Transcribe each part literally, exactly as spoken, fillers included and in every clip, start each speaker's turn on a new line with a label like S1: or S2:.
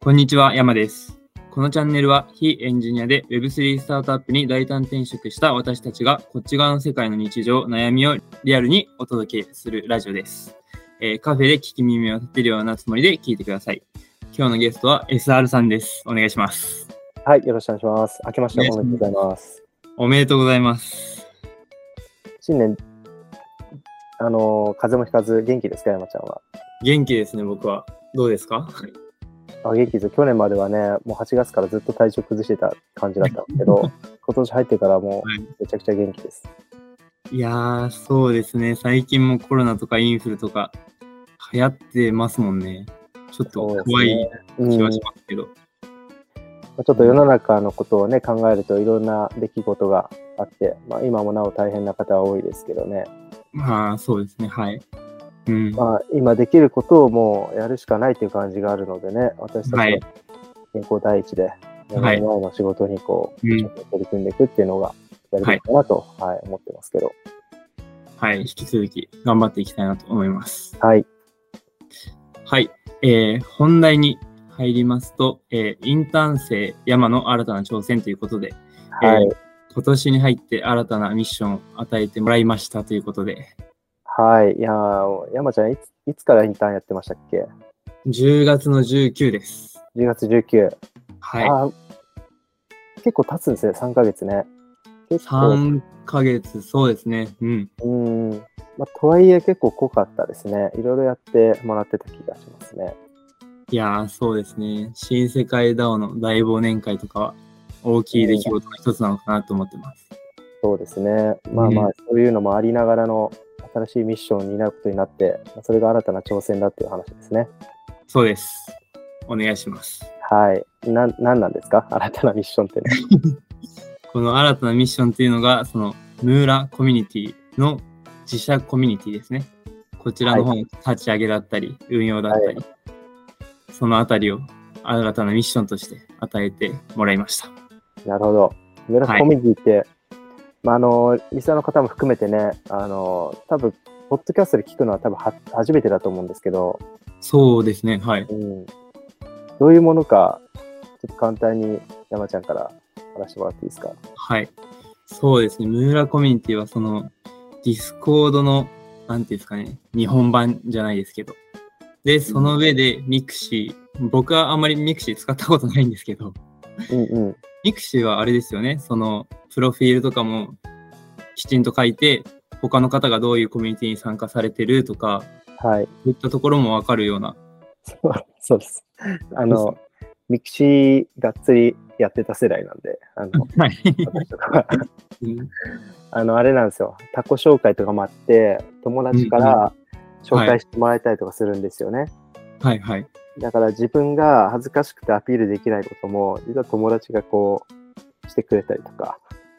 S1: こんにちは、山です。このチャンネルは非エンジニアで ウェブスリー スタートアップに大胆転職した私たちがこっち側の世界の日常、悩みをリアルにお届けするラジオです。えー、カフェで聞き耳を立てるようなつもりで聞いてください。今日のゲストは エスアール さんです。お願いします。
S2: はい、よろしくお願いします。明けましておめでとうございます。
S1: おめでとうございます。
S2: 新年、あのー、風邪もひかず元気ですか、山ちゃんは。
S1: 元気ですね、僕は。どうですか？
S2: あ、元気です。去年まではね、もうはちがつからずっと体調崩してた感じだったんですけど、今年入ってからもうめちゃくちゃ元気です。は
S1: い、いやー、そうですね。最近もコロナとかインフルとか流行ってますもんね。ちょっと怖い気はしますけど。
S2: ちょっと世の中のことをね、考えるといろんな出来事があって、まあ、今もなお大変な方は多いですけどね。
S1: まあ、そうですね。はい。うん、
S2: まあ、今できることをもうやるしかないという感じがあるのでね、私たちは健康第一で、目の前の仕事にこう、はい、取り組んでいくっていうのがやるべきかなと、はいはい、思ってますけど。
S1: はい、引き続き頑張っていきたいなと思います。
S2: はい。
S1: はい、えー、本題に入りますと、えー、インターン生山の新たな挑戦ということで、はい、えー、今年に入って新たなミッションを与えてもらいましたということで。
S2: はい。いやー、山ちゃんいつ、いつからインターンやってましたっけ？
S1: じゅうがつのじゅうくにちです。
S2: じゅうがつじゅうくにち。
S1: はい。
S2: あ、結構経つんですね、さんかげつね。
S1: 結構さんかげつ、そうですね。うん。
S2: うん。まあ、とはいえ結構濃かったですね。いろいろやってもらってた気がしますね。
S1: いやー、そうですね。新世界 ダオ の大忘年会とかは大きい出来事の一つなのかなと思ってます。
S2: うん、そうですね。まあまあ、うん、そういうのもありながらの新しいミッションになることになって、それが新たな挑戦だっていう話ですね。
S1: そうです。お願いします。
S2: はい。な、なんなんですか？新たなミッションっていうのは。
S1: この新たなミッションっていうのが、そのムーラコミュニティの自社コミュニティですね。こちらの方の立ち上げだったり、はい、運用だったり、はい、そのあたりを新たなミッションとして与えてもらいました。
S2: なるほど。ムーラコミュニティって、はい、まあ、あの、リスナーの方も含めてね、あの、多分ポッドキャストで聞くのは多分は初めてだと思うんですけど。
S1: そうですね、はい。
S2: うん、どういうものか、ちょっと簡単に山ちゃんから話してもらっていいですか？
S1: はい。そうですね、ムーラコミュニティはその、ディスコードの、なんていうんですかね、日本版じゃないですけど。で、その上でミクシー、僕はあんまりミクシー使ったことないんですけど、
S2: うんうん、
S1: ミクシーはあれですよね、その、プロフィールとかもきちんと書いて、他の方がどういうコミュニティに参加されてるとか、
S2: はい。
S1: そういったところもわかるような。
S2: そうです。あの、ミクシーがっつりやってた世代なんで、あの、はい、私とかあの、あれなんですよ。他己紹介とかもあって、友達から紹介してもらえたりとかするんですよね。
S1: はいはい。
S2: だから自分が恥ずかしくてアピールできないことも、実は友達がこう、してくれたりとか。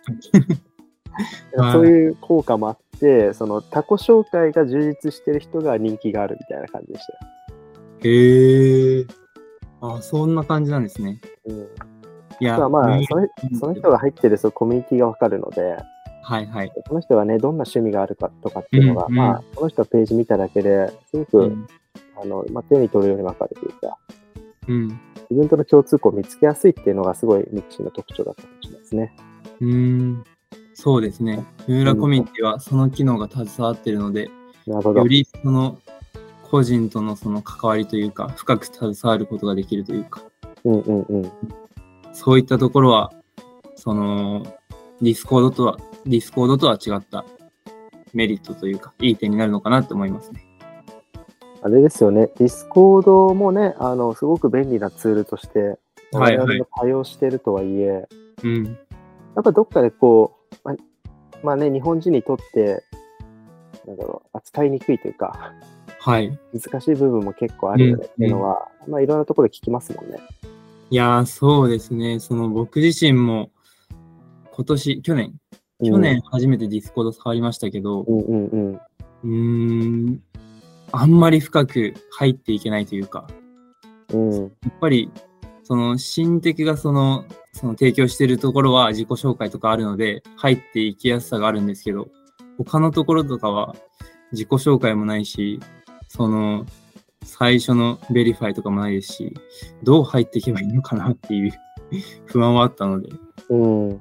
S2: そういう効果もあって、その他己紹介が充実してる人が人気があるみたいな感じでした。
S1: へえ。あ、そんな感じなんですね。
S2: うん。いや、まあ、まあ、その、その人が入ってるそのコミュニティがわかるので、
S1: はいはい。
S2: その人がね、どんな趣味があるかとかっていうのが、うんうん、まあ、その人のページ見ただけですごく、うん、あの、まあ、手に取るようにわかるというか、
S1: うん、
S2: 自分との共通項を見つけやすいっていうのがすごいミクシーの特徴だったかもしれないですね。
S1: うーん。そうですね。ムーラコミュニティはその機能が携わっているので、
S2: なるほど。
S1: よりその個人とのその関わりというか、深く携わることができるというか、
S2: うんうんうん、
S1: そういったところは、そのディスコードとは、ディスコードとは違ったメリットというか、いい点になるのかなと思いますね。
S2: あれですよね、ディスコードもね、あの、すごく便利なツールとして、我々も多用しているとはいえ、はいはい、うん、やっぱどっかでこう、まあ、まあね、日本人にとって、なんだろう、扱いにくいというか、
S1: はい。
S2: 難しい部分も結構あるよねっていうのは、うんうん、まあいろんなところで聞きますもんね。
S1: いやー、そうですね。その僕自身も今年、去年、うん、去年初めてディスコード触りましたけど、
S2: うんうんうん、
S1: うーん、あんまり深く入っていけないというか、うん、やっぱり、その、新テクがその、その提供しているところは自己紹介とかあるので、入っていきやすさがあるんですけど、他のところとかは自己紹介もないし、その、 最初のベリファイとかもないですし、どう入っていけばいいのかなっていう不安はあったので。
S2: うん。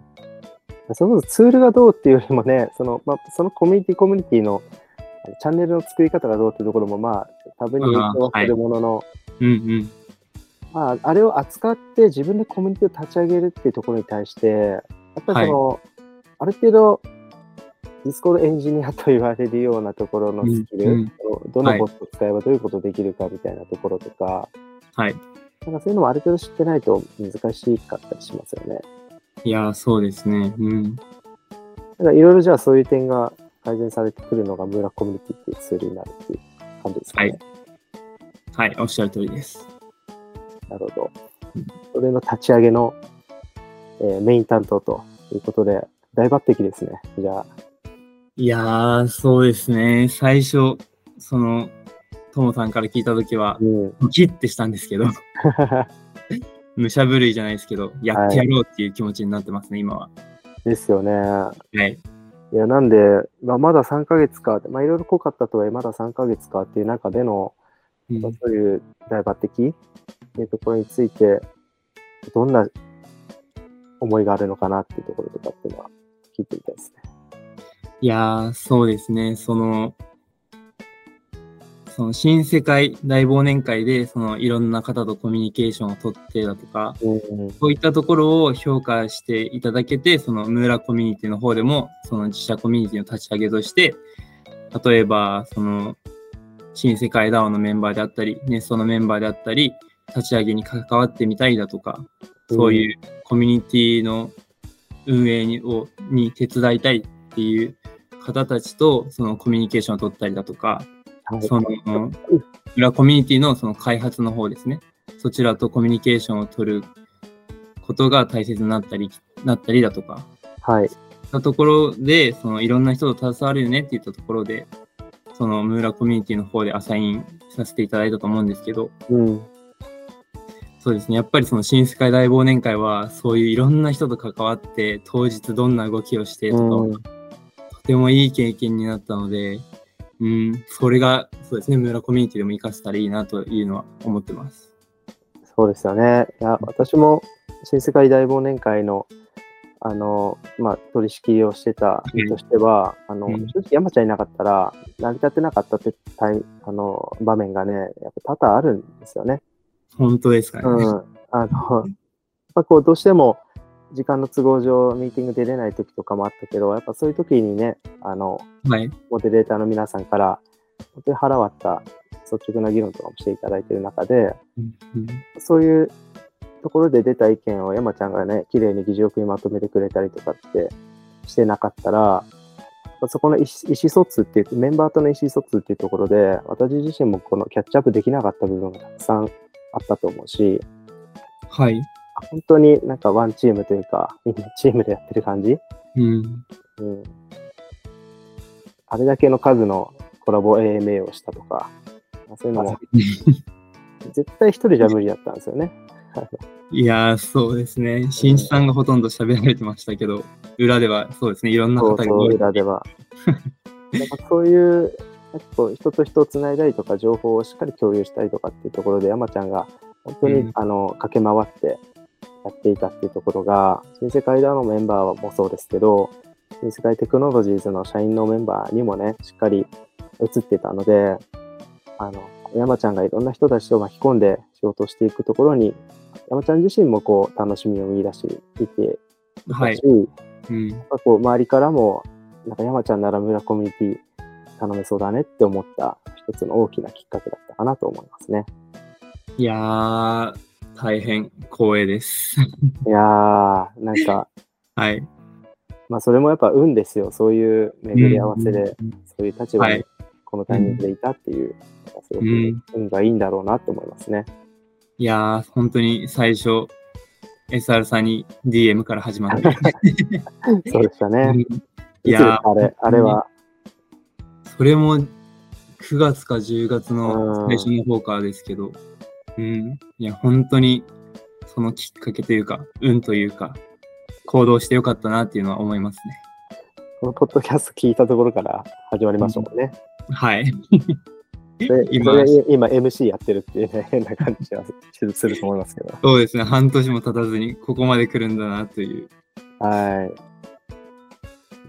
S2: そもそもツールがどうっていうよりもね、その、まあ、そのコミュニティコミュニティのチャンネルの作り方がどうっていうところも、まあ、多分に影響はするものの、
S1: うんうん。
S2: まあ、あれを扱って自分でコミュニティを立ち上げるっていうところに対して、やっぱりその、はい、ある程度、ディスコードエンジニアと言われるようなところのスキル、うんうん、どのボットを使えばどういうことできるかみたいなところとか、
S1: はい、
S2: なんかそういうのもある程度知ってないと難しかったりしますよね。
S1: いやー、そうですね。うん。
S2: だからいろいろじゃあそういう点が改善されてくるのがムーラコミュニティっていうツールになるっていう感じですかね。
S1: はい、はい、おっしゃる通りです。
S2: なるほど。それの立ち上げの、えー、メイン担当ということで、大抜擢ですね。じゃあ。
S1: いやー、そうですね。最初、その、トモさんから聞いたときは、ドキッてしたんですけど、武者震いじゃないですけど、やってやろうっていう気持ちになってますね、はい、今は。
S2: ですよね。
S1: はい。
S2: いや、なんで、まあ、まださんかげつか、まあ、いろいろ濃かったとはいえ、まださんかげつかっていう中での、うん、そういう大抜擢っていうところについて、どんな思いがあるのかなっていうところとかっていうのは聞いてみたいですね。
S1: いやー、そうですね。その、その新世界大忘年会で、そのいろんな方とコミュニケーションを取ってだとか、うんうん、そういったところを評価していただけて、そのムーラコミュニティの方でも、その自社コミュニティの立ち上げとして、例えば、その、新世界 ダオ のメンバーであったり、ネストのメンバーであったり、立ち上げに関わってみたいだとか、そういうコミュニティの運営にをに手伝いたいっていう方たちとそのコミュニケーションを取ったりだとか、はい、その裏コミュニティのその開発の方ですね。そちらとコミュニケーションを取ることが大切になったりなったりだとか、
S2: はい。
S1: なところでそのいろんな人と携わるよねっていったところで、そのムーラコミュニティの方でアサインさせていただいたと思うんですけど。
S2: うん、
S1: そうですね。やっぱりその新世界大忘年会はそういういろんな人と関わって当日どんな動きをしてとか、うん、とてもいい経験になったので、うん、それがそうですね、ムーラコミュニティでも活かせたらいいなというのは思ってます。
S2: そうですよね。いや、私も新世界大忘年会のあの、まあ、取り仕切りをしてた身としては、うん、あの、正直山ちゃんいなかったら成り立ってなかったってあの場面がね、やっぱ多々あるんですよね。
S1: 本当ですかね。
S2: うん。あの、やっぱこう、どうしても時間の都合上、ミーティング出れない時とかもあったけど、やっぱそういう時にね、あの、
S1: はい、
S2: モデレーターの皆さんから、本当に腹割った率直な議論とかもしていただいている中で、
S1: うんうん、
S2: そういうところで出た意見を山ちゃんがね、綺麗に議事録にまとめてくれたりとかってしてなかったら、そこの意思疎通っていう、メンバーとの意思疎通っていうところで、私自身もこのキャッチアップできなかった部分がたくさんあったと思うし、
S1: はい。
S2: 本当になんかワンチームというか、みんなチームでやってる感じ、
S1: うん
S2: うん、あれだけの数のコラボ エーエムエー をしたとか、そういうのも、絶対一人じゃ無理だったんですよね。
S1: いやー、そうですね。新一さんがほとんど喋られてましたけど、裏ではそうですね、いろんな方が。
S2: そうそう、裏では。なんかそういう、こう人と人をつないだりとか、情報をしっかり共有したりとかっていうところで、山ちゃんが本当に、うん、あの駆け回ってやっていたっていうところが、新世界ダオのメンバーもそうですけど、新世界テクノロジーズの社員のメンバーにもね、しっかり映ってたので、あの山ちゃんがいろんな人たちを巻き込んで仕事をしていくところに、山ちゃん自身もこう楽しみを見出していていたし、はいうん、やっぱこう周りからもなんか山ちゃんならムーラコミュニティ頼めそうだねって思った一つの大きなきっかけだったかなと思いますね。
S1: いやー、大変光栄です。
S2: いやー、なんか、
S1: はい。
S2: まあそれもやっぱ運ですよ。そういう巡り合わせで、うん、そういう立場にこのタイミングでいたっていう、はい、すごく運がいいんだろうなと思いますね。
S1: いやー、本当に最初、エスアール さんに ディーエム から始まって。
S2: そうでしたね。いやー、あれ、あれは。
S1: それもくがつかじゅうがつの最初の方からですけど、うん、いや、本当にそのきっかけというか、運というか、行動してよかったなっていうのは思いますね。
S2: このポッドキャスト聞いたところから始まりましたもんね。
S1: うん、はい。
S2: で
S1: 今
S2: それ今 エムシー やってるっていう、ね、変な感じはすると思いますけど。
S1: そうですね、半年も経たずにここまで来るんだなという。
S2: はい。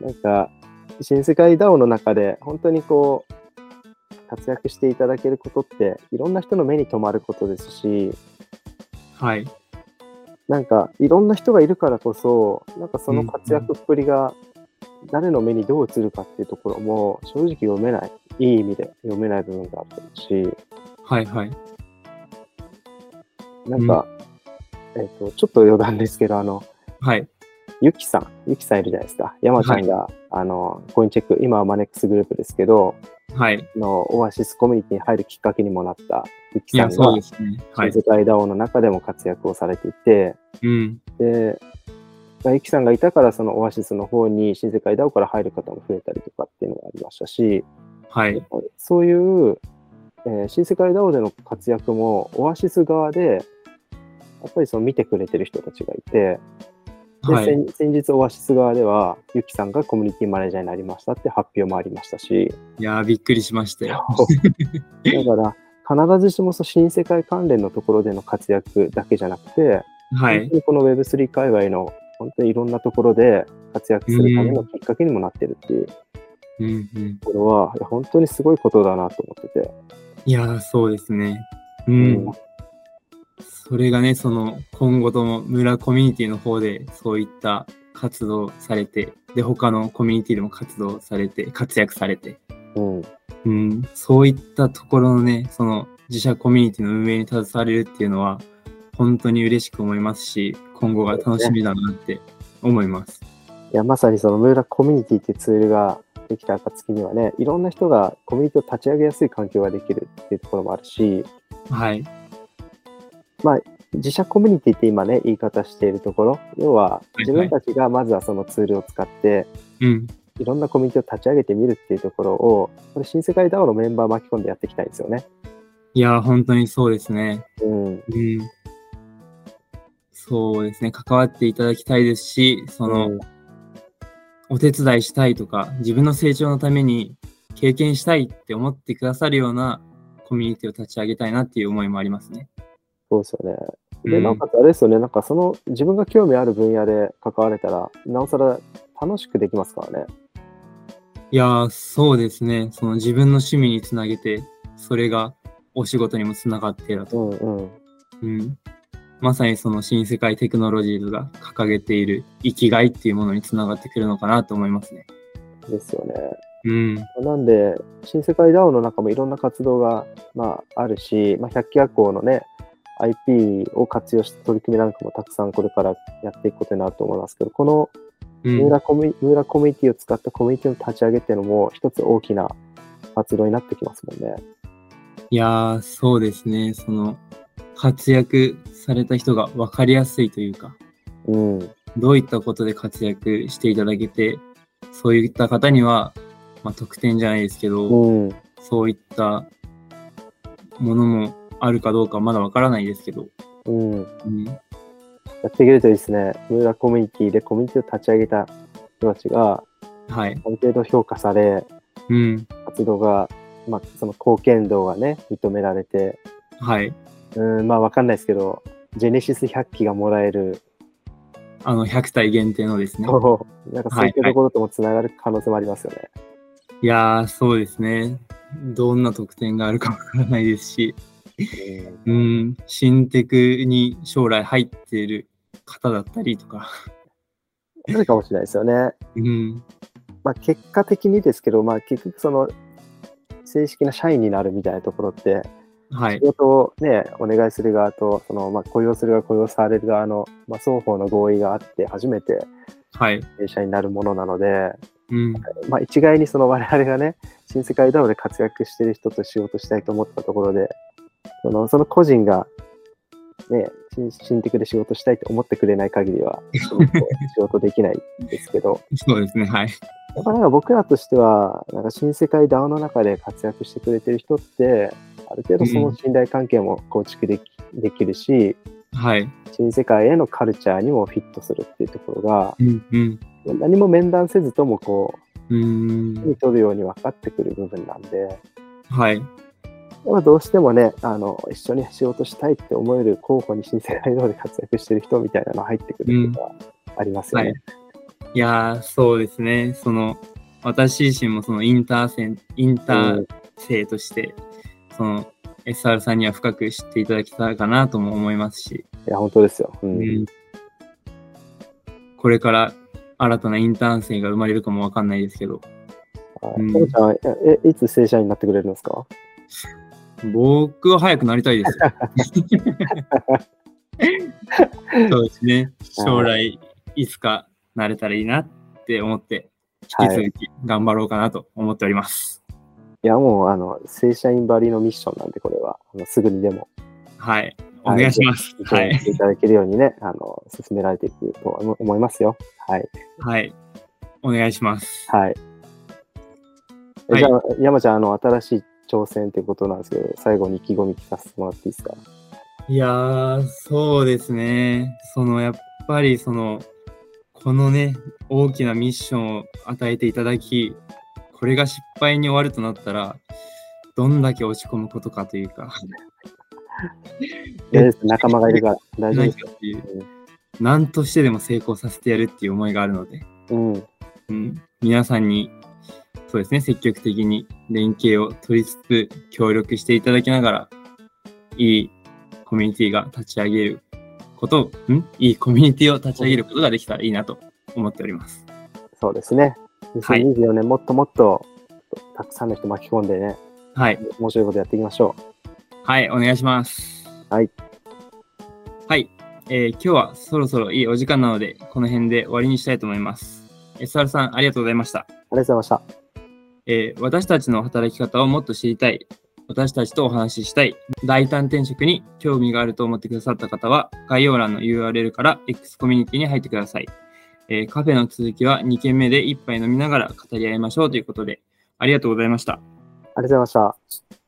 S2: なんか、新世界 ダオ の中で本当にこう、活躍していただけることって、いろんな人の目に留まることですし、
S1: はい。
S2: なんか、いろんな人がいるからこそ、なんかその活躍っぷりが誰の目にどう映るかっていうところも、正直読めない、いい意味で読めない部分があるし、
S1: はいはい。
S2: なんか、えっと、ちょっと余談ですけど、あの、
S1: はい。
S2: ゆきさん、ゆきさんいるじゃないですか。山ちゃんが、あの、コインチェック、今はマネックスグループですけど、
S1: はい。
S2: のオアシスコミュニティに入るきっかけにもなったゆき
S1: いや、
S2: さんが、
S1: そうですね。はい
S2: 新。世界 ダオ の中でも活躍をされていて、
S1: うん。
S2: で、まあゆきさんがいたから、そのオアシスの方に新世界 ダオ から入る方も増えたりとかっていうのがありましたし、
S1: はい。
S2: そういう、えー新世界 ダオ での活躍も、オアシス側で、やっぱりその見てくれてる人たちがいて、で、
S1: はい。
S2: 先先日オアシス側では、ゆきさんがコミュニティマネージャーになりましたって発表もありましたし、
S1: いやー、びっくりしましたよ。
S2: だから必ずしもその新世界関連のところでの活躍だけじゃなくて、
S1: はい
S2: 本当。にこの ウェブスリー 界隈の本当にいろんなところで活躍するためのきっかけにもなってるっていう
S1: うんうん。
S2: ところは、いや本当にすごいことだなと思ってて。
S1: いやー、そうですね。う
S2: うん
S1: ん。それがね、その今後とも村コミュニティの方でそういった活動されて、で、他のコミュニティでも活動されて、活躍されて、
S2: うん
S1: うん、そういったところのね、その自社コミュニティの運営に携われるっていうのは、本当に嬉しく思いますし、今後が楽しみだなって思います。
S2: いやまさにそのムーラコミュニティっていうツールができた暁にはね、いろんな人がコミュニティを立ち上げやすい環境ができるっていうところもあるし、
S1: はい。
S2: まあ、自社コミュニティって今ね、言い方しているところ、要は自分たちがまずはそのツールを使って、
S1: うん。
S2: いろんなコミュニティを立ち上げてみるっていうところを、これ新世界 ダオ のメンバー巻き込んでやっていきたいですよね。
S1: いやー、本当にそうですね。
S2: うん。
S1: うん。そうですね。関わっていただきたいですし、その、
S2: うん
S1: お手伝いしたいとか、自分の成長のために経験したいって思ってくださるようなコミュニティを立ち上げたいなっていう思いもありますね。
S2: そうですよね。で、
S1: うん
S2: なおかつあれですよね、なんかその自分が興味ある分野で関われたら、なおさら楽しくできますからね。
S1: いやー、そうですね。その自分の趣味につなげて、それがお仕事にもつながっていると。
S2: うんうん。
S1: うん。まさにその新世界テクノロジーズが掲げている生きがいっていうものにつながってくるのかなと思いますね。
S2: ですよね。
S1: うん。
S2: なんで、新世界 ダオ の中もいろんな活動が、まあ、あるし、まあ、百鬼夜行のね、アイピー を活用した取り組みなんかもたくさんこれからやっていくことになると思いますけど、この
S1: うん
S2: ムーラコミ、ムーラコミュニティを使ったコミュニティの立ち上げっていうのも一つ大きな活動になってきますもんね。
S1: いやー、そうですね。その活躍された人が分かりやすいというか、
S2: うん。
S1: どういったことで活躍していただけて、そういった方には、まあ、特典じゃないですけど、
S2: うん。
S1: そういったものもあるかどうかまだ分からないですけど、
S2: うん。
S1: うん、
S2: やっていけるといいですね。ムーラコミュニティでコミュニティを立ち上げた人たちが、
S1: はい。
S2: ある程度評価され、
S1: うん。
S2: 活動が、まあ、その貢献度がね、認められて、
S1: はい。
S2: うん、まあ、わかんないですけど、ジェネシスひゃっきがもらえる、
S1: あの、ひゃく体限定のですね。
S2: そうなんかそういったところともつながる可能性もありますよね。
S1: いやー、そうですね。どんな特典があるかわからないですし、うん、新テクに将来入っている方だったりとか、
S2: あるかもしれないですよね。
S1: うん、
S2: まあ、結果的にですけど、まあ、結局その正式な社員になるみたいなところって
S1: はい
S2: 仕、事をねお願いする側とその、まあ、雇用する側雇用される側の、まあ、双方の合意があって初めて
S1: はい、
S2: 正社員になるものなので、
S1: うん、
S2: まあ、一概にその我々がね新世界ダオで活躍している人と仕事したいと思ったところでそのその個人がね新新テクで仕事したいと思ってくれない限りは仕事できないんですけど
S1: そうですね、はい。
S2: やっぱなんか僕らとしては、なんか新世界 ダオ の中で活躍してくれてる人って、ある程度その信頼関係も構築でき、できるし、
S1: はい。
S2: 新世界へのカルチャーにもフィットするっていうところが、
S1: うん、うん。
S2: 何も面談せずともこ
S1: うー
S2: う、
S1: ん。
S2: 手に取るように分かってくる部分なんで、
S1: はい。
S2: やっぱどうしてもね、あの一緒に仕事したいって思える候補に新世界道で活躍してる人みたいなの入ってくるっていうのはありますよね。
S1: うん、はい、いやー、そうですね。その私自身もそのインター生、インター生として、うん、その エスアール さんには深く知っていただきたいかなとも思いますし。
S2: いや、本当ですよ。
S1: うんうん、これから新たなインターン生が生まれるかもわかんないですけど。
S2: はい、うん、ちゃん、え、いつ正社員になってくれるんですか？
S1: 僕は早くなりたいですよ。そうですね。将来いつかなれたらいいなって思って、引き続き頑張ろうかなと思っております。
S2: はい、いや、もうあの正社員ばりのミッションなんで、これはあのすぐにでも。
S1: はい。お願いします。
S2: はい。いただけるようにね、あの進められていくと思いますよ。はい。
S1: はい。お願いします。
S2: はい。はい、じゃあ、山ちゃん、あの新しい挑戦ということなんですけど、最後に意気込み聞かせてもらっていいですか？
S1: いやー、そうですね。そのやっぱりそのこのね、大きなミッションを与えていただき、これが失敗に終わるとなったら、どんだけ落ち込むことかというか。
S2: 仲間がいるから大丈夫です
S1: っていう、うん、何としてでも成功させてやるっていう思いがあるので、
S2: うん
S1: うん、皆さんにそうですね、積極的に連携を取りつつ協力していただきながら、いいコミュニティが立ち上げることを、んいいコミュニティを立ち上げることができたらいいなと思っております。
S2: そうですね。にせんにじゅうよねん、はい、もっともっとたくさんの人巻き込んでね、
S1: はい、
S2: 面白いことやっていきましょう。
S1: はい、お願いします。
S2: はい。
S1: はい、えー、今日はそろそろいいお時間なので、この辺で終わりにしたいと思います。エスアール さん、ありがとうございました。
S2: ありがとうございました。
S1: えー、私たちの働き方をもっと知りたい、私たちとお話ししたい、大胆転職に興味があると思ってくださった方は、概要欄の ユーアールエル から X コミュニティに入ってください。えー、カフェの続きはに軒目で一杯飲みながら語り合いましょうということで、ありがとうございました。あ
S2: りがとうございました。